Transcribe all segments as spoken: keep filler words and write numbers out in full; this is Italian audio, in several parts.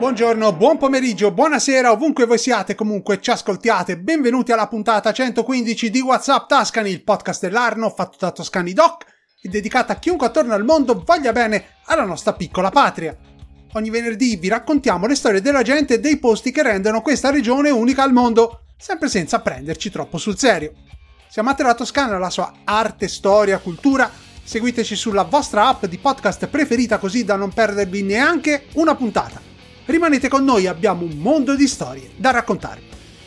Buongiorno, buon pomeriggio, buonasera, ovunque voi siate, comunque ci ascoltiate. Benvenuti alla puntata centoquindici di WhatsApp Tuscany, il podcast dell'Arno fatto da Toscani Doc e dedicato a chiunque attorno al mondo voglia bene alla nostra piccola patria. Ogni venerdì vi raccontiamo le storie della gente e dei posti che rendono questa regione unica al mondo, sempre senza prenderci troppo sul serio. Se amate la Toscana, la sua arte, storia, cultura, seguiteci sulla vostra app di podcast preferita così da non perdervi neanche una puntata. Rimanete con noi, abbiamo un mondo di storie da raccontarvi.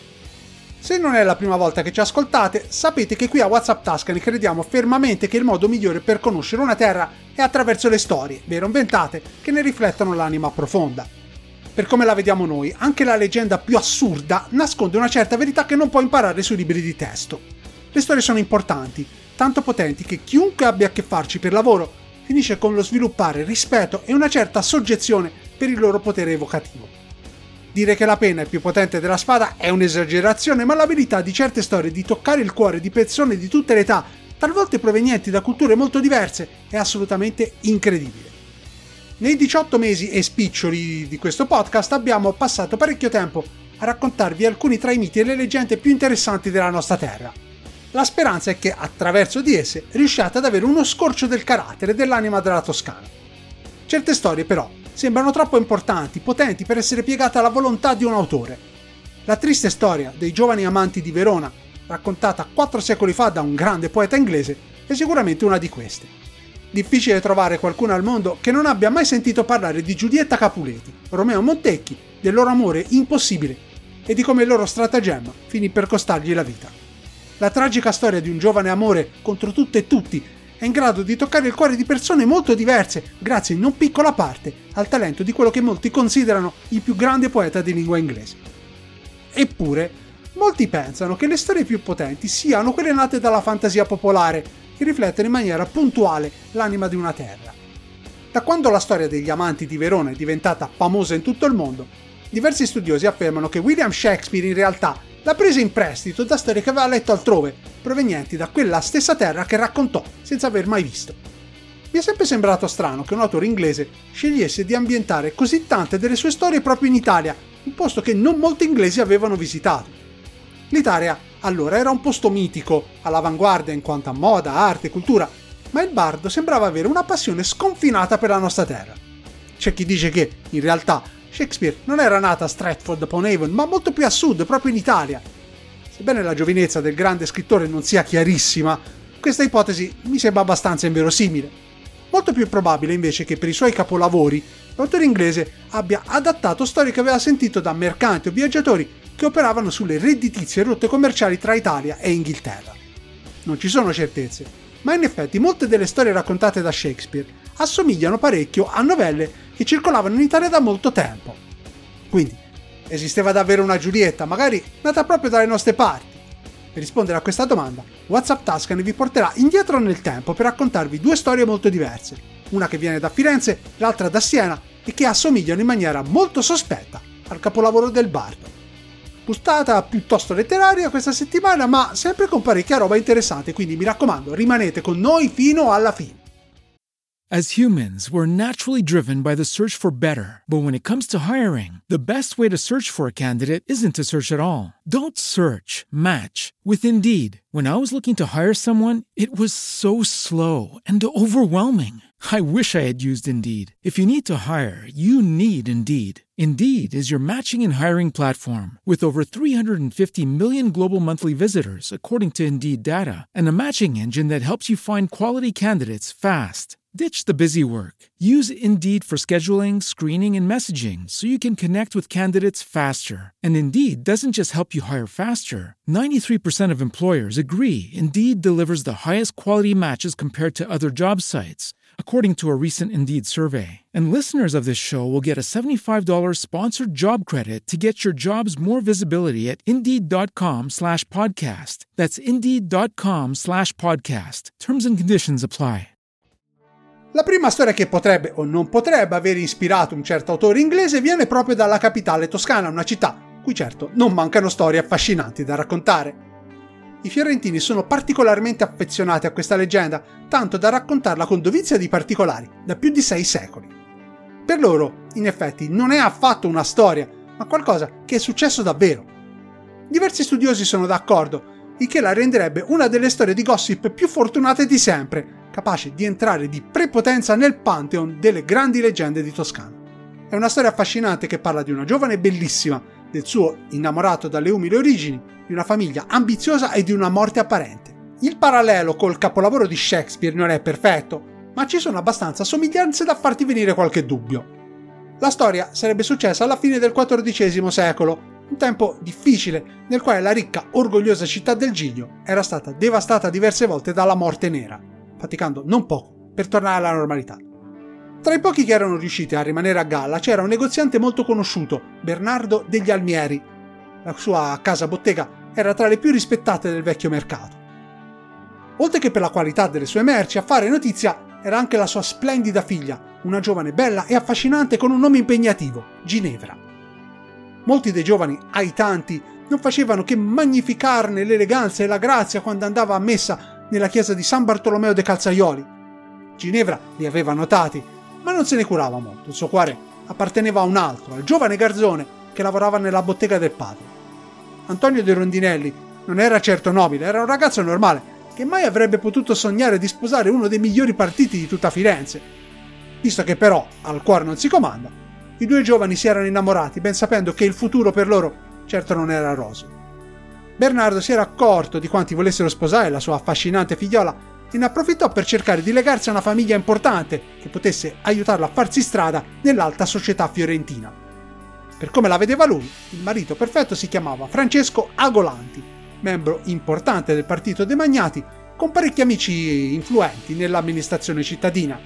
Se non è la prima volta che ci ascoltate, sapete che qui a WhatsApp Tuscany crediamo fermamente che il modo migliore per conoscere una terra è attraverso le storie, vero o inventate, che ne riflettono l'anima profonda. Per come la vediamo noi, anche la leggenda più assurda nasconde una certa verità che non può imparare sui libri di testo. Le storie sono importanti, tanto potenti che chiunque abbia a che farci per lavoro finisce con lo sviluppare rispetto e una certa soggezione per il loro potere evocativo. Dire che la penna è più potente della spada è un'esagerazione, ma l'abilità di certe storie di toccare il cuore di persone di tutte le età, talvolta provenienti da culture molto diverse, è assolutamente incredibile. Nei diciotto mesi e spiccioli di questo podcast abbiamo passato parecchio tempo a raccontarvi alcuni tra i miti e le leggende più interessanti della nostra terra. La speranza è che attraverso di esse riusciate ad avere uno scorcio del carattere e dell'anima della Toscana. Certe storie però sembrano troppo importanti, potenti per essere piegate alla volontà di un autore. La triste storia dei giovani amanti di Verona, raccontata quattro secoli fa da un grande poeta inglese, è sicuramente una di queste. Difficile trovare qualcuno al mondo che non abbia mai sentito parlare di Giulietta Capuleti, Romeo Montecchi, del loro amore impossibile e di come il loro stratagemma finì per costargli la vita. La tragica storia di un giovane amore contro tutto e tutti è in grado di toccare il cuore di persone molto diverse, grazie in non piccola parte al talento di quello che molti considerano il più grande poeta di lingua inglese. Eppure, molti pensano che le storie più potenti siano quelle nate dalla fantasia popolare, che riflettono in maniera puntuale l'anima di una terra. Da quando la storia degli amanti di Verona è diventata famosa in tutto il mondo, diversi studiosi affermano che William Shakespeare in realtà l'ha presa in prestito da storie che aveva letto altrove, provenienti da quella stessa terra che raccontò senza aver mai visto. Mi è sempre sembrato strano che un autore inglese scegliesse di ambientare così tante delle sue storie proprio in Italia, un posto che non molti inglesi avevano visitato. L'Italia allora era un posto mitico, all'avanguardia in quanto a moda, arte e cultura, ma il bardo sembrava avere una passione sconfinata per la nostra terra. C'è chi dice che, in realtà, Shakespeare non era nata a Stratford-upon-Avon, ma molto più a sud, proprio in Italia. Sebbene la giovinezza del grande scrittore non sia chiarissima, questa ipotesi mi sembra abbastanza inverosimile. Molto più probabile invece che per i suoi capolavori l'autore inglese abbia adattato storie che aveva sentito da mercanti o viaggiatori che operavano sulle redditizie rotte commerciali tra Italia e Inghilterra. Non ci sono certezze, ma in effetti molte delle storie raccontate da Shakespeare assomigliano parecchio a novelle che circolavano in Italia da molto tempo. Quindi, esisteva davvero una Giulietta, magari nata proprio dalle nostre parti? Per rispondere a questa domanda, WhatsApp Tuscany vi porterà indietro nel tempo per raccontarvi due storie molto diverse, una che viene da Firenze, l'altra da Siena, e che assomigliano in maniera molto sospetta al capolavoro del bardo. Puntata piuttosto letteraria questa settimana, ma sempre con parecchia roba interessante, quindi mi raccomando, rimanete con noi fino alla fine. As humans, we're naturally driven by the search for better. But when it comes to hiring, the best way to search for a candidate isn't to search at all. Don't search, match with Indeed. When I was looking to hire someone, it was so slow and overwhelming. I wish I had used Indeed. If you need to hire, you need Indeed. Indeed is your matching and hiring platform with over three hundred fifty million global monthly visitors, according to Indeed data, and a matching engine that helps you find quality candidates fast. Ditch the busy work. Use Indeed for scheduling, screening, and messaging so you can connect with candidates faster. And Indeed doesn't just help you hire faster. ninety-three percent of employers agree Indeed delivers the highest quality matches compared to other job sites, according to a recent Indeed survey. And listeners of this show will get a seventy-five dollars sponsored job credit to get your jobs more visibility at Indeed.com slash podcast. That's Indeed.com slash podcast. Terms and conditions apply. La prima storia che potrebbe o non potrebbe aver ispirato un certo autore inglese viene proprio dalla capitale toscana, una città cui certo non mancano storie affascinanti da raccontare. I fiorentini sono particolarmente affezionati a questa leggenda, tanto da raccontarla con dovizia di particolari, da più di sei secoli. Per loro, in effetti, non è affatto una storia, ma qualcosa che è successo davvero. Diversi studiosi sono d'accordo, il che la renderebbe una delle storie di gossip più fortunate di sempre, capace di entrare di prepotenza nel pantheon delle grandi leggende di Toscana. È una storia affascinante che parla di una giovane bellissima, del suo innamorato dalle umili origini, di una famiglia ambiziosa e di una morte apparente. Il parallelo col capolavoro di Shakespeare non è perfetto, ma ci sono abbastanza somiglianze da farti venire qualche dubbio. La storia sarebbe successa alla fine del quattordicesimo secolo, un tempo difficile nel quale la ricca, orgogliosa città del Giglio era stata devastata diverse volte dalla morte nera, faticando non poco per tornare alla normalità. Tra i pochi che erano riusciti a rimanere a galla c'era un negoziante molto conosciuto, Bernardo degli Almieri. La sua casa bottega era tra le più rispettate del vecchio mercato. Oltre che per la qualità delle sue merci, a fare notizia era anche la sua splendida figlia, una giovane bella e affascinante con un nome impegnativo, Ginevra. Molti dei giovani aitanti non facevano che magnificarne l'eleganza e la grazia quando andava a messa nella chiesa di San Bartolomeo de Calzaioli. Ginevra li aveva notati, ma non se ne curava molto. Il suo cuore apparteneva a un altro, al giovane garzone che lavorava nella bottega del padre. Antonio de Rondinelli non era certo nobile, era un ragazzo normale che mai avrebbe potuto sognare di sposare uno dei migliori partiti di tutta Firenze. Visto che però al cuore non si comanda, i due giovani si erano innamorati, ben sapendo che il futuro per loro certo non era roseo. Bernardo si era accorto di quanti volessero sposare la sua affascinante figliola e ne approfittò per cercare di legarsi a una famiglia importante che potesse aiutarlo a farsi strada nell'alta società fiorentina. Per come la vedeva lui, il marito perfetto si chiamava Francesco Agolanti, membro importante del partito dei Magnati, con parecchi amici influenti nell'amministrazione cittadina.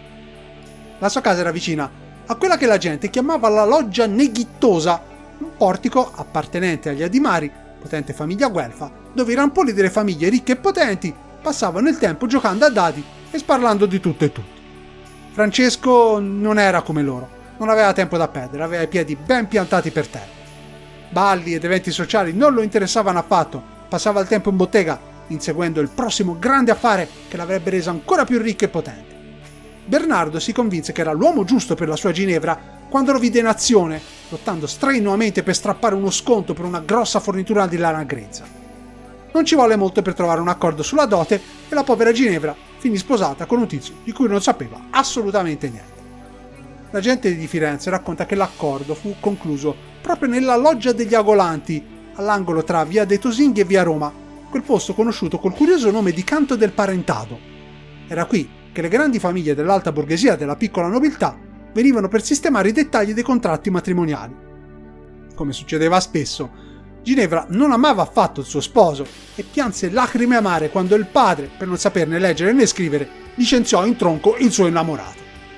La sua casa era vicina a quella che la gente chiamava la Loggia Neghittosa, un portico appartenente agli Adimari, potente famiglia guelfa, dove i rampolli delle famiglie ricche e potenti passavano il tempo giocando a dadi e sparlando di tutto e tutti. Francesco non era come loro, non aveva tempo da perdere, aveva i piedi ben piantati per terra. Balli ed eventi sociali non lo interessavano affatto, passava il tempo in bottega, inseguendo il prossimo grande affare che l'avrebbe reso ancora più ricco e potente. Bernardo si convinse che era l'uomo giusto per la sua Ginevra quando lo vide in azione, lottando strenuamente per strappare uno sconto per una grossa fornitura di lana grezza. Non ci volle molto per trovare un accordo sulla dote e la povera Ginevra finì sposata con un tizio di cui non sapeva assolutamente niente. La gente di Firenze racconta che l'accordo fu concluso proprio nella Loggia degli Agolanti, all'angolo tra via dei Tosinghi e via Roma, quel posto conosciuto col curioso nome di Canto del Parentado. Era qui che le grandi famiglie dell'alta borghesia e della piccola nobiltà venivano per sistemare i dettagli dei contratti matrimoniali. Come succedeva spesso, Ginevra non amava affatto il suo sposo e pianse lacrime amare quando il padre, per non saperne leggere né scrivere, licenziò in tronco il suo innamorato.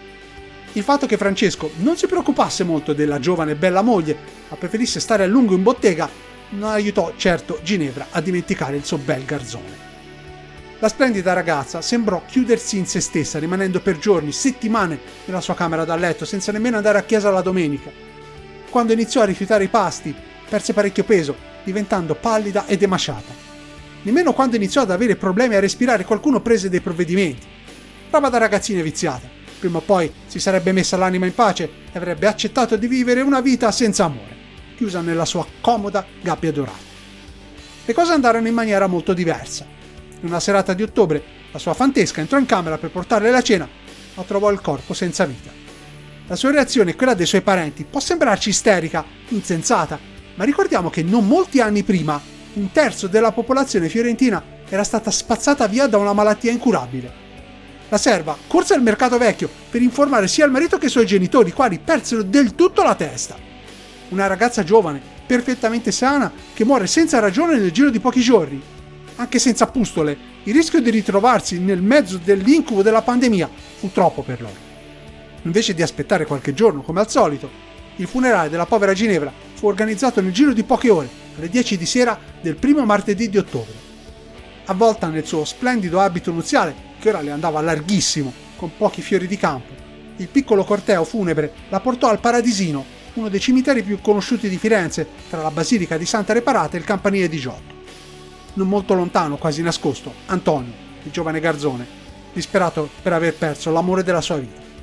Il fatto che Francesco non si preoccupasse molto della giovane e bella moglie, ma preferisse stare a lungo in bottega, non aiutò certo Ginevra a dimenticare il suo bel garzone. La splendida ragazza sembrò chiudersi in se stessa, rimanendo per giorni, settimane nella sua camera da letto, senza nemmeno andare a chiesa la domenica. Quando iniziò a rifiutare i pasti, perse parecchio peso, diventando pallida e demasciata. Nemmeno quando iniziò ad avere problemi a respirare qualcuno prese dei provvedimenti. Roba da ragazzine viziate. Prima o poi si sarebbe messa l'anima in pace e avrebbe accettato di vivere una vita senza amore, chiusa nella sua comoda gabbia dorata. Le cose andarono in maniera molto diversa. In una serata di ottobre, la sua fantesca entrò in camera per portarle la cena, ma trovò il corpo senza vita. La sua reazione e quella dei suoi parenti può sembrarci isterica, insensata, ma ricordiamo che non molti anni prima un terzo della popolazione fiorentina era stata spazzata via da una malattia incurabile. La serva corse al mercato vecchio per informare sia il marito che i suoi genitori, i quali persero del tutto la testa. Una ragazza giovane, perfettamente sana, che muore senza ragione nel giro di pochi giorni. Anche senza pustole, il rischio di ritrovarsi nel mezzo dell'incubo della pandemia fu troppo per loro. Invece di aspettare qualche giorno, come al solito, il funerale della povera Ginevra fu organizzato nel giro di poche ore, alle dieci di sera del primo martedì di ottobre. Avvolta nel suo splendido abito nuziale, che ora le andava larghissimo, con pochi fiori di campo, il piccolo corteo funebre la portò al Paradisino, uno dei cimiteri più conosciuti di Firenze, tra la Basilica di Santa Reparata e il campanile di Giotto. Non molto lontano, quasi nascosto, Antonio, il giovane garzone, disperato per aver perso l'amore della sua vita.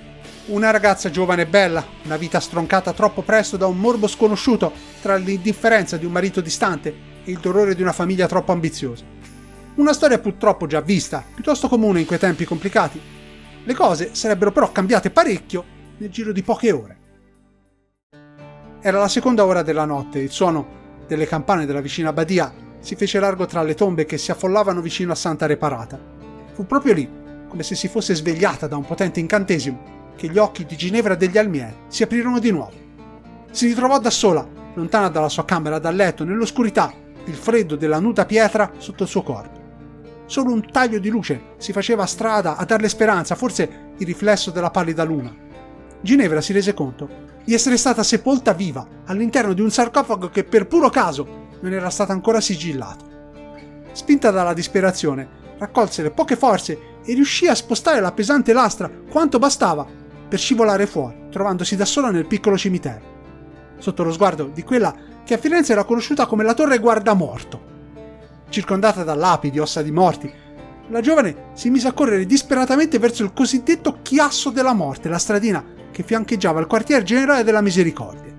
Una ragazza giovane e bella, una vita stroncata troppo presto da un morbo sconosciuto tra l'indifferenza di un marito distante e il dolore di una famiglia troppo ambiziosa. Una storia purtroppo già vista, piuttosto comune in quei tempi complicati. Le cose sarebbero però cambiate parecchio nel giro di poche ore. Era la seconda ora della notte, il suono delle campane della vicina badia si fece largo tra le tombe che si affollavano vicino a Santa Reparata. Fu proprio lì, come se si fosse svegliata da un potente incantesimo, che gli occhi di Ginevra degli Almieri si aprirono di nuovo. Si ritrovò da sola, lontana dalla sua camera da letto, nell'oscurità, il freddo della nuda pietra sotto il suo corpo. Solo un taglio di luce si faceva strada a darle speranza, forse il riflesso della pallida luna. Ginevra si rese conto di essere stata sepolta viva all'interno di un sarcofago che per puro caso non era stato ancora sigillato. Spinta dalla disperazione, raccolse le poche forze e riuscì a spostare la pesante lastra quanto bastava per scivolare fuori, trovandosi da sola nel piccolo cimitero, sotto lo sguardo di quella che a Firenze era conosciuta come la Torre Guardamorto. Circondata da lapidi, ossa di morti, la giovane si mise a correre disperatamente verso il cosiddetto chiasso della morte, la stradina che fiancheggiava il quartier generale della Misericordia.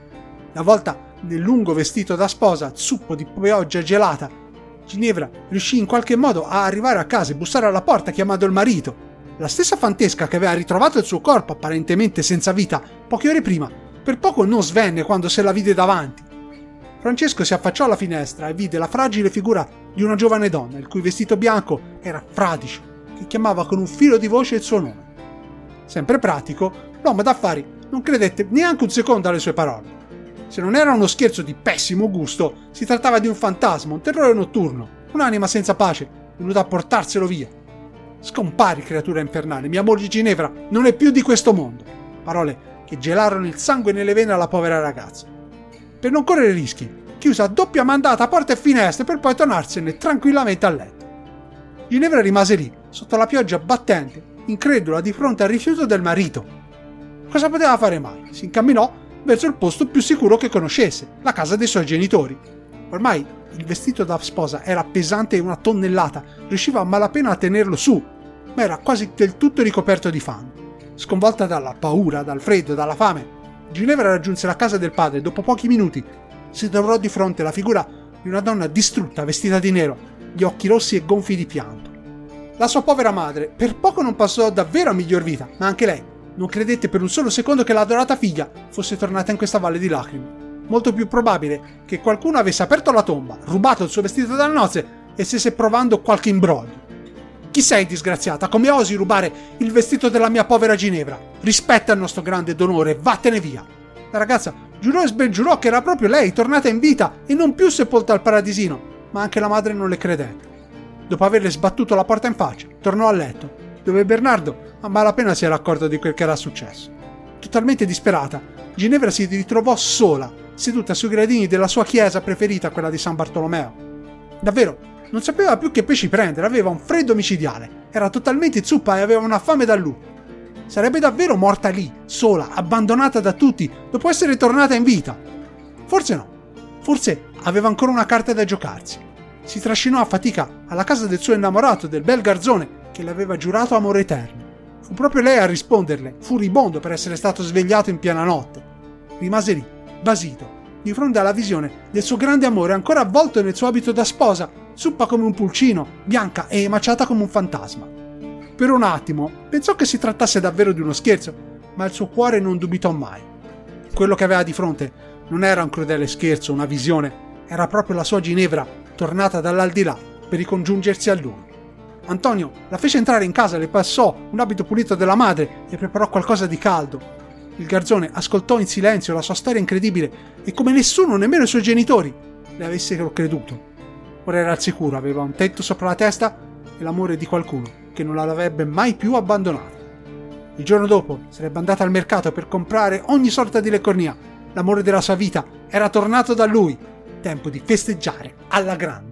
La volta nel lungo vestito da sposa, zuppo di pioggia gelata, Ginevra riuscì in qualche modo a arrivare a casa e bussare alla porta chiamando il marito, la stessa fantesca che aveva ritrovato il suo corpo apparentemente senza vita poche ore prima. Per poco non svenne quando se la vide davanti. Francesco si affacciò alla finestra e vide la fragile figura di una giovane donna, il cui vestito bianco era fradicio, che chiamava con un filo di voce il suo nome. Sempre pratico, l'uomo d'affari non credette neanche un secondo alle sue parole. Se non era uno scherzo di pessimo gusto, si trattava di un fantasma, un terrore notturno, un'anima senza pace, venuta a portarselo via. Scompari, creatura infernale, mia moglie Ginevra non è più di questo mondo. Parole che gelarono il sangue nelle vene alla povera ragazza. Per non correre rischi, chiuse a doppia mandata porte e finestre per poi tornarsene tranquillamente a letto. Ginevra rimase lì, sotto la pioggia battente, incredula di fronte al rifiuto del marito. Cosa poteva fare mai? Si incamminò verso il posto più sicuro che conoscesse, la casa dei suoi genitori. Ormai il vestito da sposa era pesante una tonnellata, riusciva a malapena a tenerlo su, ma era quasi del tutto ricoperto di fango. Sconvolta dalla paura, dal freddo e dalla fame, Ginevra raggiunse la casa del padre e dopo pochi minuti si trovò di fronte alla figura di una donna distrutta, vestita di nero, gli occhi rossi e gonfi di pianto. La sua povera madre per poco non passò davvero a miglior vita, ma anche lei non credette per un solo secondo che l'adorata figlia fosse tornata in questa valle di lacrime. Molto più probabile che qualcuno avesse aperto la tomba, rubato il suo vestito da nozze e stesse provando qualche imbroglio. Chi sei, disgraziata? Come osi rubare il vestito della mia povera Ginevra? Rispetta il nostro grande donore e vattene via. La ragazza giurò e sbengiurò che era proprio lei, tornata in vita e non più sepolta al paradisino, ma anche la madre non le credette. Dopo averle sbattuto la porta in faccia, tornò a letto, dove Bernardo a malapena si era accorto di quel che era successo. Totalmente disperata, Ginevra si ritrovò sola, seduta sui gradini della sua chiesa preferita, quella di San Bartolomeo. Davvero, non sapeva più che pesci prendere, aveva un freddo micidiale, era totalmente zuppa e aveva una fame da lupo. Sarebbe davvero morta lì, sola, abbandonata da tutti, dopo essere tornata in vita? Forse no, forse aveva ancora una carta da giocarsi. Si trascinò a fatica alla casa del suo innamorato, del bel garzone, che le aveva giurato amore eterno. Fu proprio lei a risponderle, furibondo per essere stato svegliato in piena notte. Rimase lì, basito, di fronte alla visione del suo grande amore ancora avvolto nel suo abito da sposa, zuppa come un pulcino, bianca e emaciata come un fantasma. Per un attimo pensò che si trattasse davvero di uno scherzo, ma il suo cuore non dubitò mai. Quello che aveva di fronte non era un crudele scherzo, una visione, era proprio la sua Ginevra, tornata dall'aldilà per ricongiungersi a lui. Antonio la fece entrare in casa, le passò un abito pulito della madre e preparò qualcosa di caldo. Il garzone ascoltò in silenzio la sua storia incredibile e come nessuno, nemmeno i suoi genitori, le avessero creduto. Ora era al sicuro, aveva un tetto sopra la testa e l'amore di qualcuno che non l'avrebbe mai più abbandonata. Il giorno dopo sarebbe andata al mercato per comprare ogni sorta di leccornia. L'amore della sua vita era tornato da lui. Tempo di festeggiare alla grande.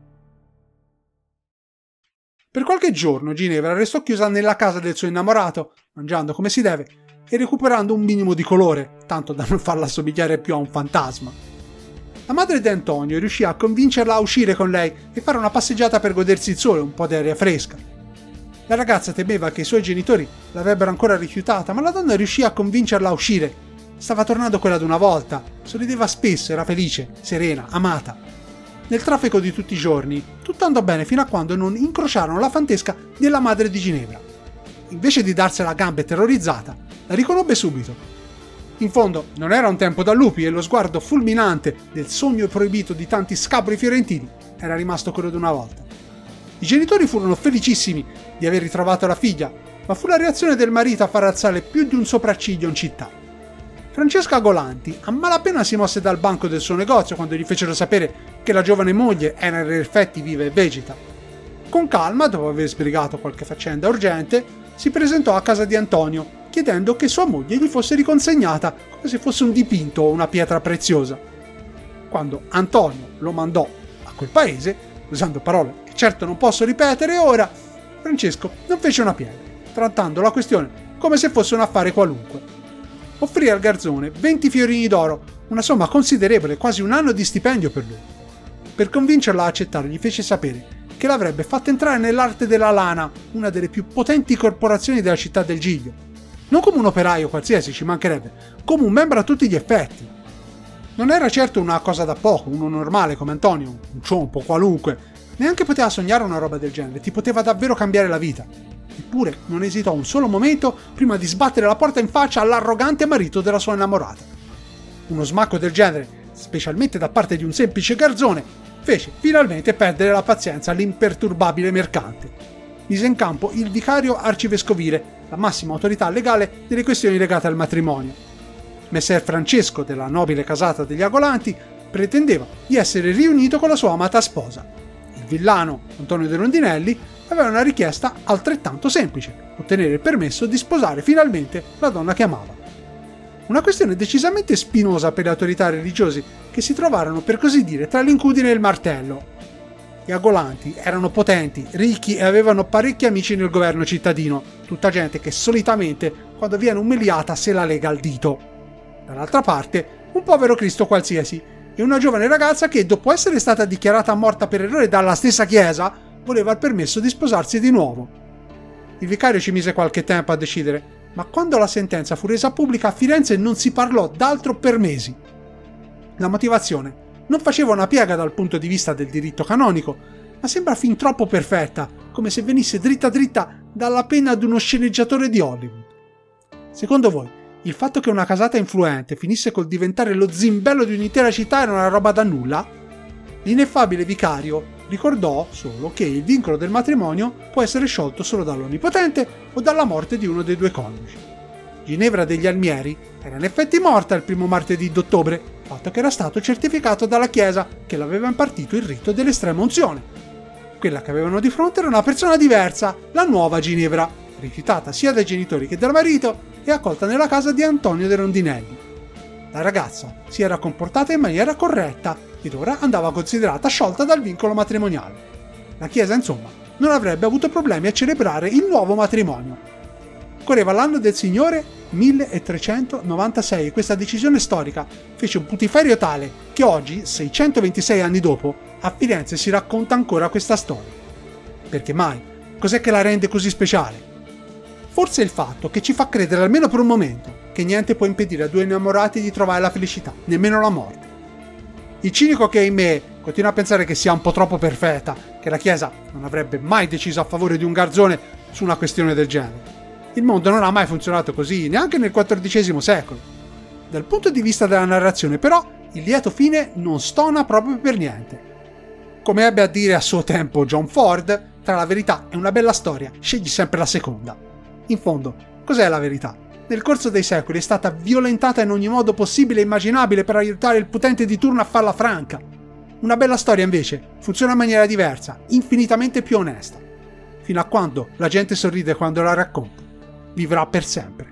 Per qualche giorno Ginevra restò chiusa nella casa del suo innamorato, mangiando come si deve e recuperando un minimo di colore, tanto da non farla assomigliare più a un fantasma. La madre di Antonio riuscì a convincerla a uscire con lei e fare una passeggiata per godersi il sole, un po' di aria fresca. La ragazza temeva che i suoi genitori l'avrebbero ancora rifiutata, ma la donna riuscì a convincerla a uscire. Stava tornando quella d'una volta, sorrideva spesso, era felice, serena, amata. Nel traffico di tutti i giorni, tutto andò bene fino a quando non incrociarono la fantesca della madre di Ginevra. Invece di darsela a gambe terrorizzata, la riconobbe subito. In fondo, non era un tempo da lupi e lo sguardo fulminante del sogno proibito di tanti scabri fiorentini era rimasto quello d'una volta. I genitori furono felicissimi di aver ritrovato la figlia, ma fu la reazione del marito a far alzare più di un sopracciglio in città. Francesca Golanti a malapena si mosse dal banco del suo negozio quando gli fecero sapere che la giovane moglie era in effetti viva e vegeta. Con calma, dopo aver sbrigato qualche faccenda urgente, si presentò a casa di Antonio, chiedendo che sua moglie gli fosse riconsegnata come se fosse un dipinto o una pietra preziosa. Quando Antonio lo mandò a quel paese, usando parole che certo non posso ripetere ora, Francesco non fece una piega, trattando la questione come se fosse un affare qualunque. Offrì al garzone venti fiorini d'oro, una somma considerevole, quasi un anno di stipendio per lui. Per convincerla a accettare gli fece sapere che l'avrebbe fatta entrare nell'arte della lana, una delle più potenti corporazioni della città del Giglio. Non come un operaio qualsiasi, ci mancherebbe, come un membro a tutti gli effetti. Non era certo una cosa da poco, uno normale come Antonio, un ciompo qualunque, neanche poteva sognare una roba del genere, ti poteva davvero cambiare la vita. Eppure non esitò un solo momento prima di sbattere la porta in faccia all'arrogante marito della sua innamorata. Uno smacco del genere, specialmente da parte di un semplice garzone, fece finalmente perdere la pazienza all'imperturbabile mercante. Mise in campo il vicario arcivescovile, la massima autorità legale delle questioni legate al matrimonio. Messer Francesco della nobile casata degli Agolanti pretendeva di essere riunito con la sua amata sposa. Il villano Antonio De Rondinelli aveva una richiesta altrettanto semplice: ottenere il permesso di sposare finalmente la donna che amava. Una questione decisamente spinosa per le autorità religiose che si trovarono per così dire tra l'incudine e il martello. Gli Agolanti erano potenti, ricchi e avevano parecchi amici nel governo cittadino, tutta gente che solitamente quando viene umiliata se la lega al dito. Dall'altra parte, un povero Cristo qualsiasi e una giovane ragazza che, dopo essere stata dichiarata morta per errore dalla stessa chiesa, voleva il permesso di sposarsi di nuovo. Il vicario ci mise qualche tempo a decidere, ma quando la sentenza fu resa pubblica a Firenze non si parlò d'altro per mesi. La motivazione non faceva una piega dal punto di vista del diritto canonico, ma sembra fin troppo perfetta, come se venisse dritta dritta dalla penna di uno sceneggiatore di Hollywood. Secondo voi, il fatto che una casata influente finisse col diventare lo zimbello di un'intera città era una roba da nulla? L'ineffabile vicario ricordò solo che il vincolo del matrimonio può essere sciolto solo dall'Onnipotente o dalla morte di uno dei due coniugi. Ginevra degli Almieri era in effetti morta il primo martedì d'ottobre, fatto che era stato certificato dalla Chiesa che l'aveva impartito il rito dell'estrema unzione. Quella che avevano di fronte era una persona diversa, la nuova Ginevra, rifiutata sia dai genitori che dal marito e accolta nella casa di Antonio De Rondinelli. La ragazza si era comportata in maniera corretta ed ora andava considerata sciolta dal vincolo matrimoniale. La Chiesa, insomma, non avrebbe avuto problemi a celebrare il nuovo matrimonio. Correva l'anno del Signore milletrecentonovantasei e questa decisione storica fece un putiferio tale che oggi, seicentoventisei anni dopo, a Firenze si racconta ancora questa storia. Perché mai? Cos'è che la rende così speciale? Forse il fatto che ci fa credere almeno per un momento che niente può impedire a due innamorati di trovare la felicità, nemmeno la morte. Il cinico che è in me continua a pensare che sia un po' troppo perfetta, che la Chiesa non avrebbe mai deciso a favore di un garzone su una questione del genere. Il mondo non ha mai funzionato così, neanche nel quattordicesimo secolo. Dal punto di vista della narrazione, però, il lieto fine non stona proprio per niente. Come ebbe a dire a suo tempo John Ford, tra la verità e una bella storia, scegli sempre la seconda. In fondo, cos'è la verità? Nel corso dei secoli è stata violentata in ogni modo possibile e immaginabile per aiutare il potente di turno a farla franca. Una bella storia, invece, funziona in maniera diversa, infinitamente più onesta. Fino a quando la gente sorride quando la racconta, vivrà per sempre.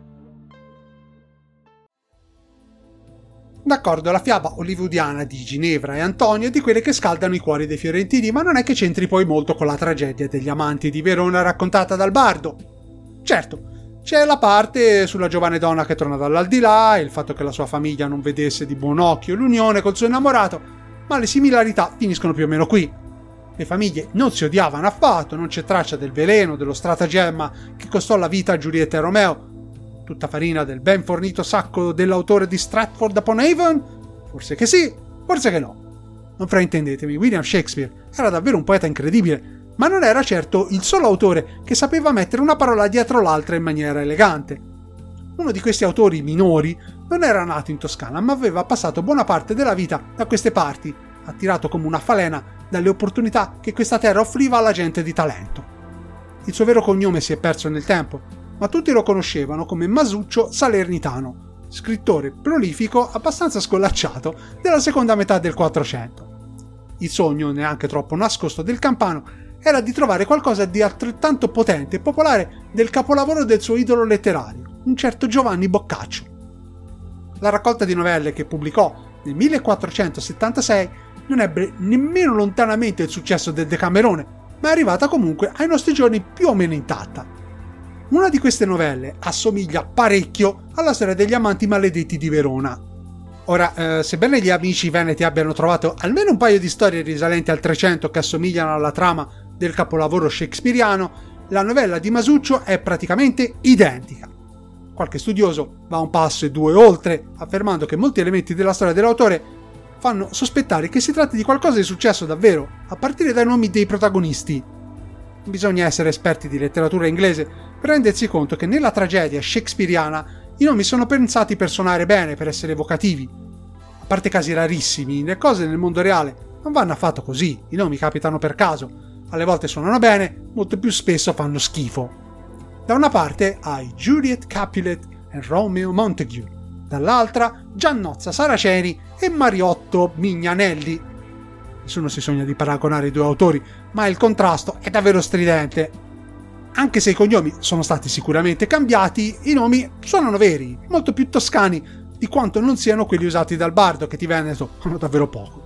D'accordo, la fiaba hollywoodiana di Ginevra e Antonio è di quelle che scaldano i cuori dei fiorentini, ma non è che c'entri poi molto con la tragedia degli amanti di Verona raccontata dal bardo. Certo, c'è la parte sulla giovane donna che torna dall'aldilà e il fatto che la sua famiglia non vedesse di buon occhio l'unione col suo innamorato, ma le similarità finiscono più o meno qui. Le famiglie non si odiavano affatto, non c'è traccia del veleno, dello stratagemma che costò la vita a Giulietta e Romeo. Tutta farina del ben fornito sacco dell'autore di Stratford upon Avon? Forse che sì, forse che no. Non fraintendetemi, William Shakespeare era davvero un poeta incredibile, ma non era certo il solo autore che sapeva mettere una parola dietro l'altra in maniera elegante. Uno di questi autori minori non era nato in Toscana, ma aveva passato buona parte della vita da queste parti, attirato come una falena dalle opportunità che questa terra offriva alla gente di talento. Il suo vero cognome si è perso nel tempo, ma tutti lo conoscevano come Masuccio Salernitano, scrittore prolifico abbastanza scolacciato della seconda metà del Quattrocento. Il sogno, neanche troppo nascosto, del Campano era di trovare qualcosa di altrettanto potente e popolare del capolavoro del suo idolo letterario, un certo Giovanni Boccaccio. La raccolta di novelle che pubblicò nel millequattrocentosettantasei non ebbe nemmeno lontanamente il successo del Decamerone, ma è arrivata comunque ai nostri giorni più o meno intatta. Una di queste novelle assomiglia parecchio alla storia degli amanti maledetti di Verona. Ora, eh, sebbene gli amici veneti abbiano trovato almeno un paio di storie risalenti al Trecento che assomigliano alla trama del capolavoro shakespeariano, la novella di Masuccio è praticamente identica. Qualche studioso va un passo e due oltre, affermando che molti elementi della storia dell'autore fanno sospettare che si tratti di qualcosa di successo davvero, a partire dai nomi dei protagonisti. Bisogna essere esperti di letteratura inglese per rendersi conto che nella tragedia shakespeariana i nomi sono pensati per suonare bene, per essere evocativi. A parte casi rarissimi, le cose nel mondo reale non vanno affatto così, i nomi capitano per caso, alle volte suonano bene, molto più spesso fanno schifo. Da una parte hai Juliet Capulet e Romeo Montague, dall'altra Giannozza Saraceni e Mariotto Mignanelli. Nessuno si sogna di paragonare i due autori, ma il contrasto è davvero stridente. Anche se i cognomi sono stati sicuramente cambiati, i nomi suonano veri, molto più toscani di quanto non siano quelli usati dal bardo, che di Veneto hanno davvero poco.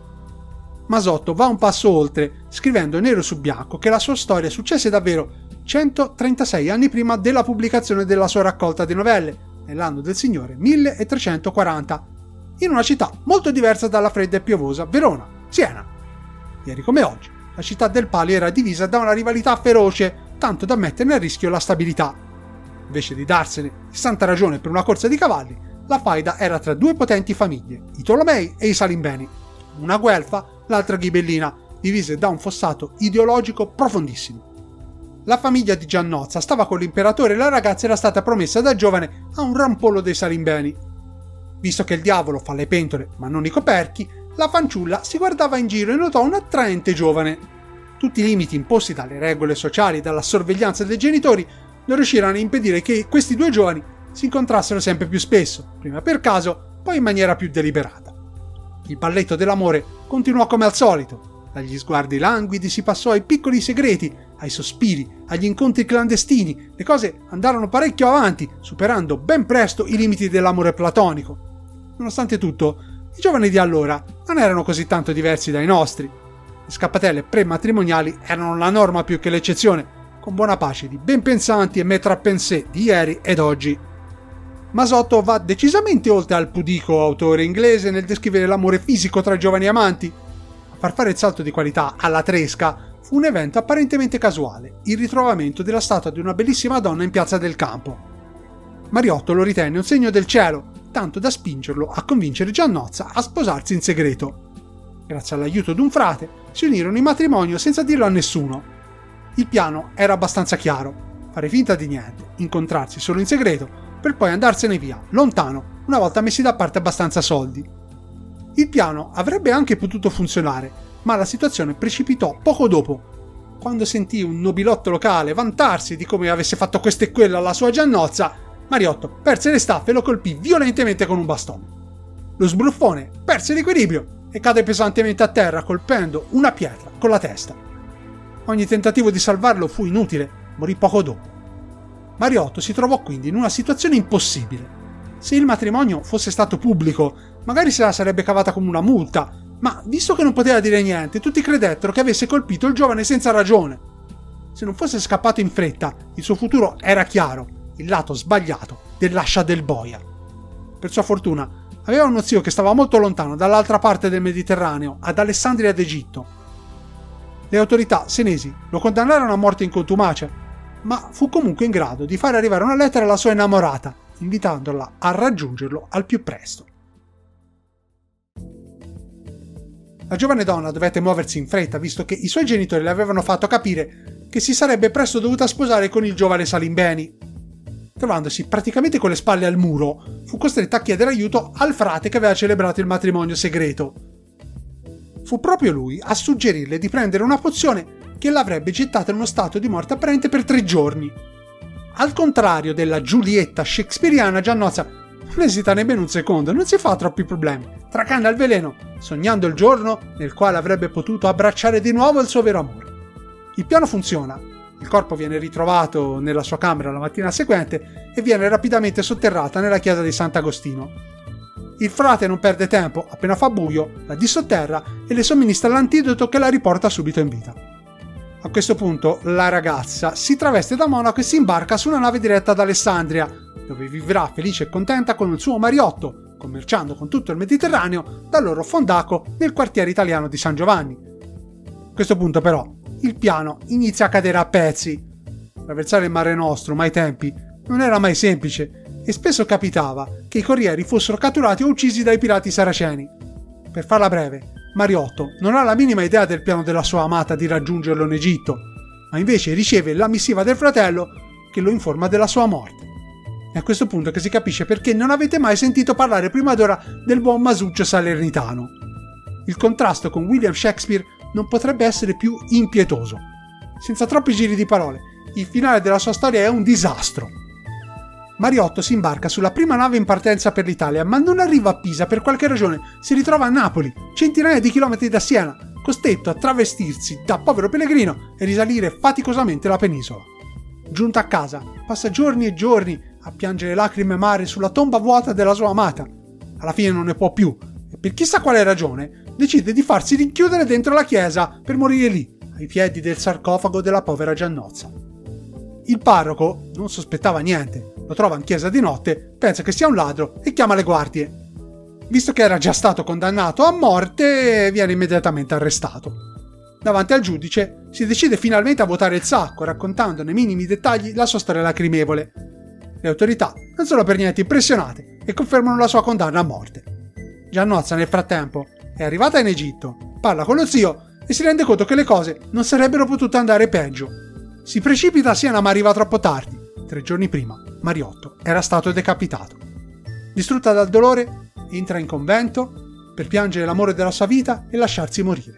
Masotto va un passo oltre, scrivendo nero su bianco che la sua storia successe davvero centotrentasei anni prima della pubblicazione della sua raccolta di novelle, nell'anno del Signore milletrecentoquaranta, in una città molto diversa dalla fredda e piovosa Verona, Siena. Ieri come oggi, la città del Palio era divisa da una rivalità feroce, tanto da metterne a rischio la stabilità. Invece di darsene di santa ragione per una corsa di cavalli, la faida era tra due potenti famiglie, i Tolomei e i Salimbeni, una guelfa, l'altra ghibellina, divise da un fossato ideologico profondissimo. La famiglia di Giannozza stava con l'imperatore e la ragazza era stata promessa da giovane a un rampollo dei Salimbeni. Visto che il diavolo fa le pentole ma non i coperchi, la fanciulla si guardava in giro e notò un attraente giovane. Tutti i limiti imposti dalle regole sociali e dalla sorveglianza dei genitori non riuscirono a impedire che questi due giovani si incontrassero sempre più spesso, prima per caso, poi in maniera più deliberata. Il balletto dell'amore continuò come al solito. Dagli sguardi languidi si passò ai piccoli segreti, ai sospiri, agli incontri clandestini. Le cose andarono parecchio avanti, superando ben presto i limiti dell'amore platonico. Nonostante tutto, i giovani di allora non erano così tanto diversi dai nostri. Le scappatelle prematrimoniali erano la norma più che l'eccezione, con buona pace di ben pensanti e maître à penser di ieri ed oggi. Masotto va decisamente oltre al pudico autore inglese nel descrivere l'amore fisico tra giovani amanti. A far fare il salto di qualità alla Tresca fu un evento apparentemente casuale, il ritrovamento della statua di una bellissima donna in piazza del Campo. Mariotto lo ritenne un segno del cielo, tanto da spingerlo a convincere Giannozza a sposarsi in segreto. Grazie all'aiuto di un frate, si unirono in matrimonio senza dirlo a nessuno. Il piano era abbastanza chiaro: fare finta di niente, incontrarsi solo in segreto, per poi andarsene via, lontano, una volta messi da parte abbastanza soldi. Il piano avrebbe anche potuto funzionare, ma la situazione precipitò poco dopo. Quando sentì un nobilotto locale vantarsi di come avesse fatto questo e quello alla sua Giannozza, Mariotto perse le staffe e lo colpì violentemente con un bastone. Lo sbruffone perse l'equilibrio e cade pesantemente a terra colpendo una pietra con la testa. Ogni tentativo di salvarlo fu inutile, morì poco dopo. Mariotto si trovò quindi in una situazione impossibile. Se il matrimonio fosse stato pubblico, magari se la sarebbe cavata come una multa, ma visto che non poteva dire niente, tutti credettero che avesse colpito il giovane senza ragione. Se non fosse scappato in fretta, il suo futuro era chiaro, il lato sbagliato dell'ascia del boia. Per sua fortuna, aveva uno zio che stava molto lontano, dall'altra parte del Mediterraneo, ad Alessandria d'Egitto. Le autorità senesi lo condannarono a morte in contumacia, ma fu comunque in grado di fare arrivare una lettera alla sua innamorata, invitandola a raggiungerlo al più presto. La giovane donna dovette muoversi in fretta, visto che i suoi genitori le avevano fatto capire che si sarebbe presto dovuta sposare con il giovane Salimbeni. Trovandosi praticamente con le spalle al muro, fu costretta a chiedere aiuto al frate che aveva celebrato il matrimonio segreto. Fu proprio lui a suggerirle di prendere una pozione che l'avrebbe gettata in uno stato di morte apparente per tre giorni. Al contrario della Giulietta shakespeariana, Giannozza non esita nemmeno un secondo, non si fa troppi problemi, tracanna il veleno, sognando il giorno nel quale avrebbe potuto abbracciare di nuovo il suo vero amore. Il piano funziona, il corpo viene ritrovato nella sua camera la mattina seguente e viene rapidamente sotterrata nella chiesa di Sant'Agostino. Il frate non perde tempo, appena fa buio, la dissotterra e le somministra l'antidoto che la riporta subito in vita. A questo punto la ragazza si traveste da monaco e si imbarca su una nave diretta ad Alessandria, dove vivrà felice e contenta con il suo mariotto, commerciando con tutto il Mediterraneo dal loro fondaco nel quartiere italiano di San Giovanni. A questo punto però il piano inizia a cadere a pezzi. Attraversare il Mare Nostrum ai tempi non era mai semplice e spesso capitava che i corrieri fossero catturati o uccisi dai pirati saraceni. Per farla breve, Mariotto non ha la minima idea del piano della sua amata di raggiungerlo in Egitto, ma invece riceve la missiva del fratello che lo informa della sua morte. È a questo punto che si capisce perché non avete mai sentito parlare prima d'ora del buon Masuccio Salernitano. Il contrasto con William Shakespeare non potrebbe essere più impietoso. Senza troppi giri di parole, il finale della sua storia è un disastro. Mariotto si imbarca sulla prima nave in partenza per l'Italia, ma non arriva a Pisa per qualche ragione, si ritrova a Napoli, centinaia di chilometri da Siena, costretto a travestirsi da povero pellegrino e risalire faticosamente la penisola. Giunto a casa, passa giorni e giorni a piangere lacrime amare sulla tomba vuota della sua amata. Alla fine non ne può più e per chissà quale ragione decide di farsi rinchiudere dentro la chiesa per morire lì, ai piedi del sarcofago della povera Giannozza. Il parroco non sospettava niente, lo trova in chiesa di notte, pensa che sia un ladro e chiama le guardie. Visto che era già stato condannato a morte, viene immediatamente arrestato. Davanti al giudice si decide finalmente a vuotare il sacco, raccontando nei minimi dettagli la sua storia lacrimevole. Le autorità non sono per niente impressionate e confermano la sua condanna a morte. Giannozza nel frattempo è arrivata in Egitto, parla con lo zio e si rende conto che le cose non sarebbero potute andare peggio. Si precipita a Siena ma arriva troppo tardi. Tre giorni prima Mariotto era stato decapitato. Distrutta dal dolore, entra in convento per piangere l'amore della sua vita e lasciarsi morire.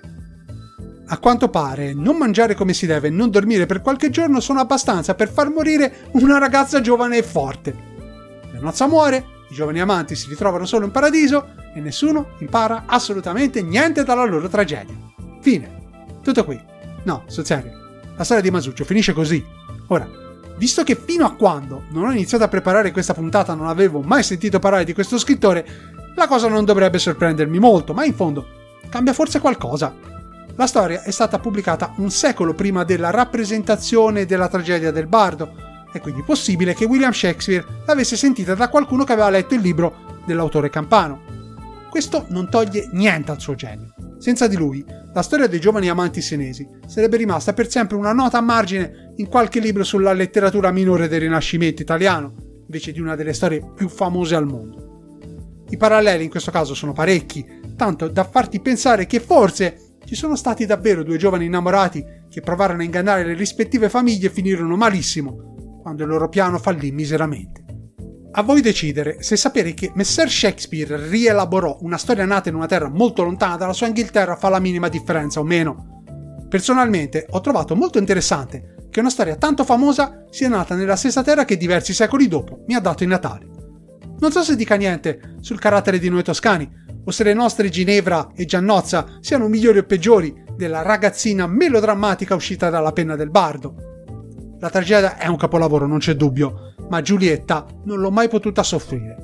A quanto pare, non mangiare come si deve e non dormire per qualche giorno sono abbastanza per far morire una ragazza giovane e forte. Giannozza muore, i giovani amanti si ritrovano solo in paradiso e nessuno impara assolutamente niente dalla loro tragedia. Fine. Tutto qui. No, sul serio. La storia di Masuccio finisce così. Ora, visto che fino a quando non ho iniziato a preparare questa puntata non avevo mai sentito parlare di questo scrittore, la cosa non dovrebbe sorprendermi molto, ma in fondo cambia forse qualcosa. La storia è stata pubblicata un secolo prima della rappresentazione della tragedia del bardo, è quindi possibile che William Shakespeare l'avesse sentita da qualcuno che aveva letto il libro dell'autore campano. Questo non toglie niente al suo genio. Senza di lui, la storia dei giovani amanti senesi sarebbe rimasta per sempre una nota a margine in qualche libro sulla letteratura minore del Rinascimento italiano, invece di una delle storie più famose al mondo. I paralleli in questo caso sono parecchi, tanto da farti pensare che forse ci sono stati davvero due giovani innamorati che provarono a ingannare le rispettive famiglie e finirono malissimo, quando il loro piano fallì miseramente. A voi decidere se sapere che Messer Shakespeare rielaborò una storia nata in una terra molto lontana dalla sua Inghilterra fa la minima differenza o meno. Personalmente ho trovato molto interessante che una storia tanto famosa sia nata nella stessa terra che diversi secoli dopo mi ha dato i natali. Non so se dica niente sul carattere di noi toscani, o se le nostre Ginevra e Giannozza siano migliori o peggiori della ragazzina melodrammatica uscita dalla penna del bardo. La tragedia è un capolavoro, non c'è dubbio, ma Giulietta non l'ho mai potuta soffrire.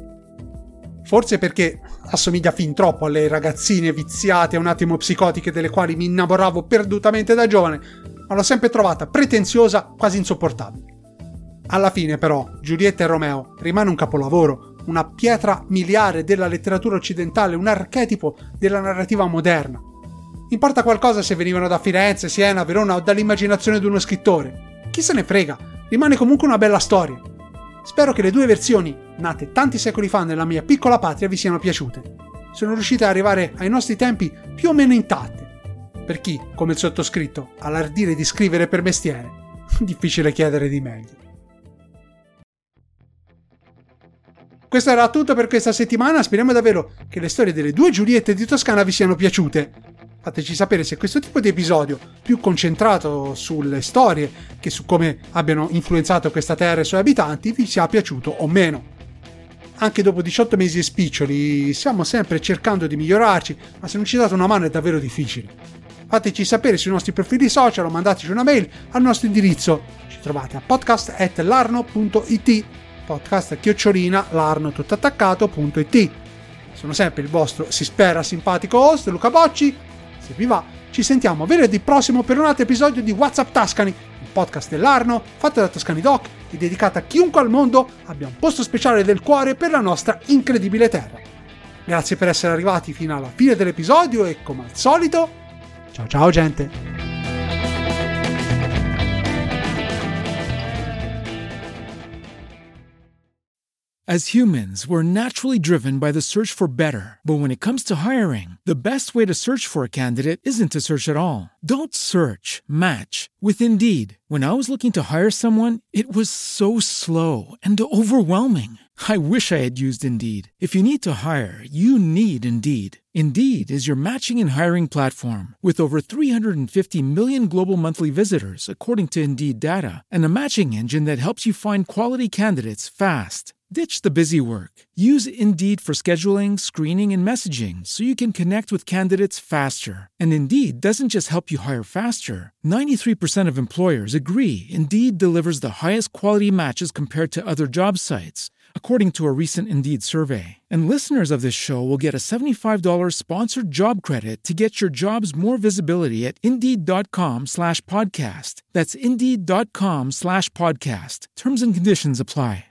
Forse perché assomiglia fin troppo alle ragazzine viziate e un attimo psicotiche delle quali mi innamoravo perdutamente da giovane, ma l'ho sempre trovata pretenziosa, quasi insopportabile. Alla fine però Giulietta e Romeo rimane un capolavoro, una pietra miliare della letteratura occidentale, un archetipo della narrativa moderna. Importa qualcosa se venivano da Firenze, Siena, Verona o dall'immaginazione di uno scrittore. Chi se ne frega, rimane comunque una bella storia. Spero che le due versioni, nate tanti secoli fa nella mia piccola patria, vi siano piaciute. Sono riuscite ad arrivare ai nostri tempi più o meno intatte. Per chi, come il sottoscritto, ha l'ardire di scrivere per mestiere, difficile chiedere di meglio. Questo era tutto per questa settimana, speriamo davvero che le storie delle due Giuliette di Toscana vi siano piaciute. Fateci sapere se questo tipo di episodio, più concentrato sulle storie che su come abbiano influenzato questa terra e i suoi abitanti, vi sia piaciuto o meno. Anche dopo diciotto mesi e spiccioli, stiamo sempre cercando di migliorarci, ma se non ci date una mano è davvero difficile. Fateci sapere sui nostri profili social o mandateci una mail al nostro indirizzo. Ci trovate a podcast at larno punto it, podcast chiocciolina larno tutto attaccato punto it. Sono sempre il vostro, si spera, simpatico host, Luca Bocci. Se vi va, ci sentiamo venerdì prossimo per un altro episodio di WhatsApp Tascani, il podcast dell'Arno, fatto da Toscani Doc e dedicato a chiunque al mondo abbia un posto speciale del cuore per la nostra incredibile terra. Grazie per essere arrivati fino alla fine dell'episodio e, come al solito, ciao ciao gente! As humans, we're naturally driven by the search for better. But when it comes to hiring, the best way to search for a candidate isn't to search at all. Don't search, match with Indeed. When I was looking to hire someone, it was so slow and overwhelming. I wish I had used Indeed. If you need to hire, you need Indeed. Indeed is your matching and hiring platform with over three hundred fifty million global monthly visitors, according to Indeed data, and a matching engine that helps you find quality candidates fast. Ditch the busy work. Use Indeed for scheduling, screening, and messaging so you can connect with candidates faster. And Indeed doesn't just help you hire faster. ninety-three percent of employers agree Indeed delivers the highest quality matches compared to other job sites, according to a recent Indeed survey. And listeners of this show will get a seventy-five dollars sponsored job credit to get your jobs more visibility at Indeed.com slash podcast. That's Indeed.com slash podcast. Terms and conditions apply.